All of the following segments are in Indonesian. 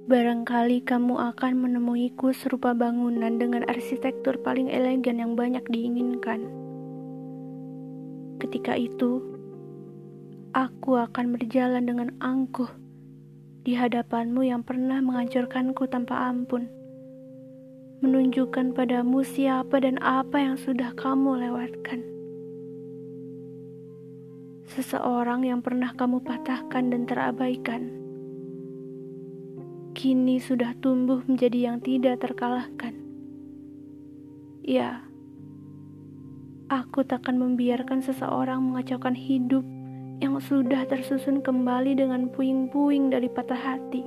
Barangkali kamu akan menemuiku serupa bangunan dengan arsitektur paling elegan yang banyak diinginkan. Ketika itu, aku akan berjalan dengan angkuh di hadapanmu yang pernah menghancurkanku tanpa ampun, menunjukkan padamu siapa dan apa yang sudah kamu lewatkan. Seseorang yang pernah kamu patahkan dan terabaikan, kini sudah tumbuh menjadi yang tidak terkalahkan. Ya, aku takkan membiarkan seseorang mengacaukan hidup yang sudah tersusun kembali dengan puing-puing dari patah hati.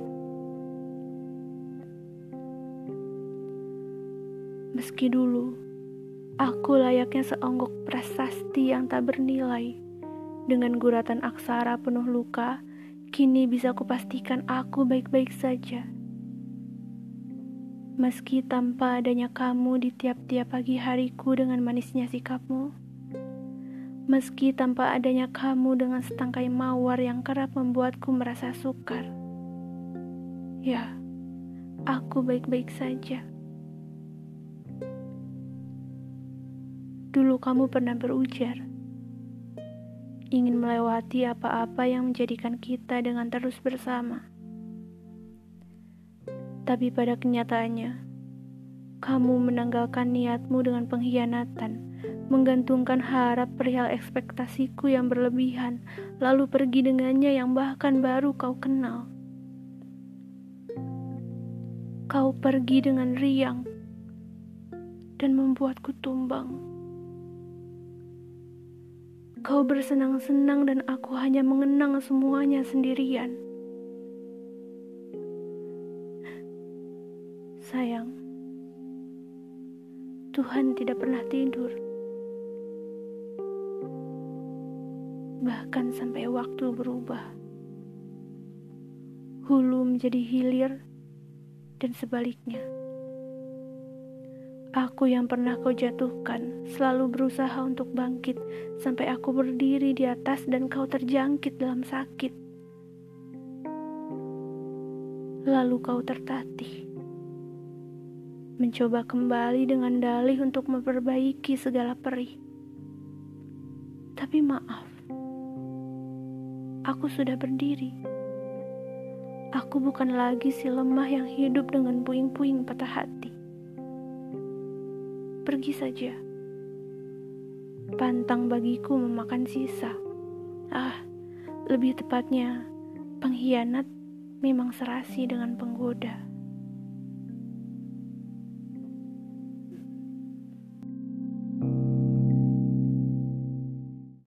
Meski dulu, aku layaknya seonggok prasasti yang tak bernilai. Dengan guratan aksara penuh luka, kini bisa kupastikan aku baik-baik saja. Meski tanpa adanya kamu di tiap-tiap pagi hariku dengan manisnya sikapmu, meski tanpa adanya kamu dengan setangkai mawar yang kerap membuatku merasa sukar, ya, aku baik-baik saja. Dulu kamu pernah berujar, ingin melewati apa-apa yang menjadikan kita dengan terus bersama. Tapi pada kenyataannya, kamu menanggalkan niatmu dengan pengkhianatan, menggantungkan harap perihal ekspektasiku yang berlebihan, lalu pergi dengannya yang bahkan baru kau kenal. Kau pergi dengan riang dan membuatku tumbang. Kau bersenang-senang dan aku hanya mengenang semuanya sendirian. Sayang, Tuhan tidak pernah tidur. Bahkan sampai waktu berubah. Hulu menjadi hilir dan sebaliknya. Aku yang pernah kau jatuhkan selalu berusaha untuk bangkit sampai aku berdiri di atas dan kau terjangkit dalam sakit. Lalu kau tertatih, mencoba kembali dengan dalih untuk memperbaiki segala perih. Tapi maaf, aku sudah berdiri. Aku bukan lagi si lemah yang hidup dengan puing-puing patah hati. Pergi saja. Pantang bagiku memakan sisa. Lebih tepatnya, pengkhianat memang serasi dengan penggoda.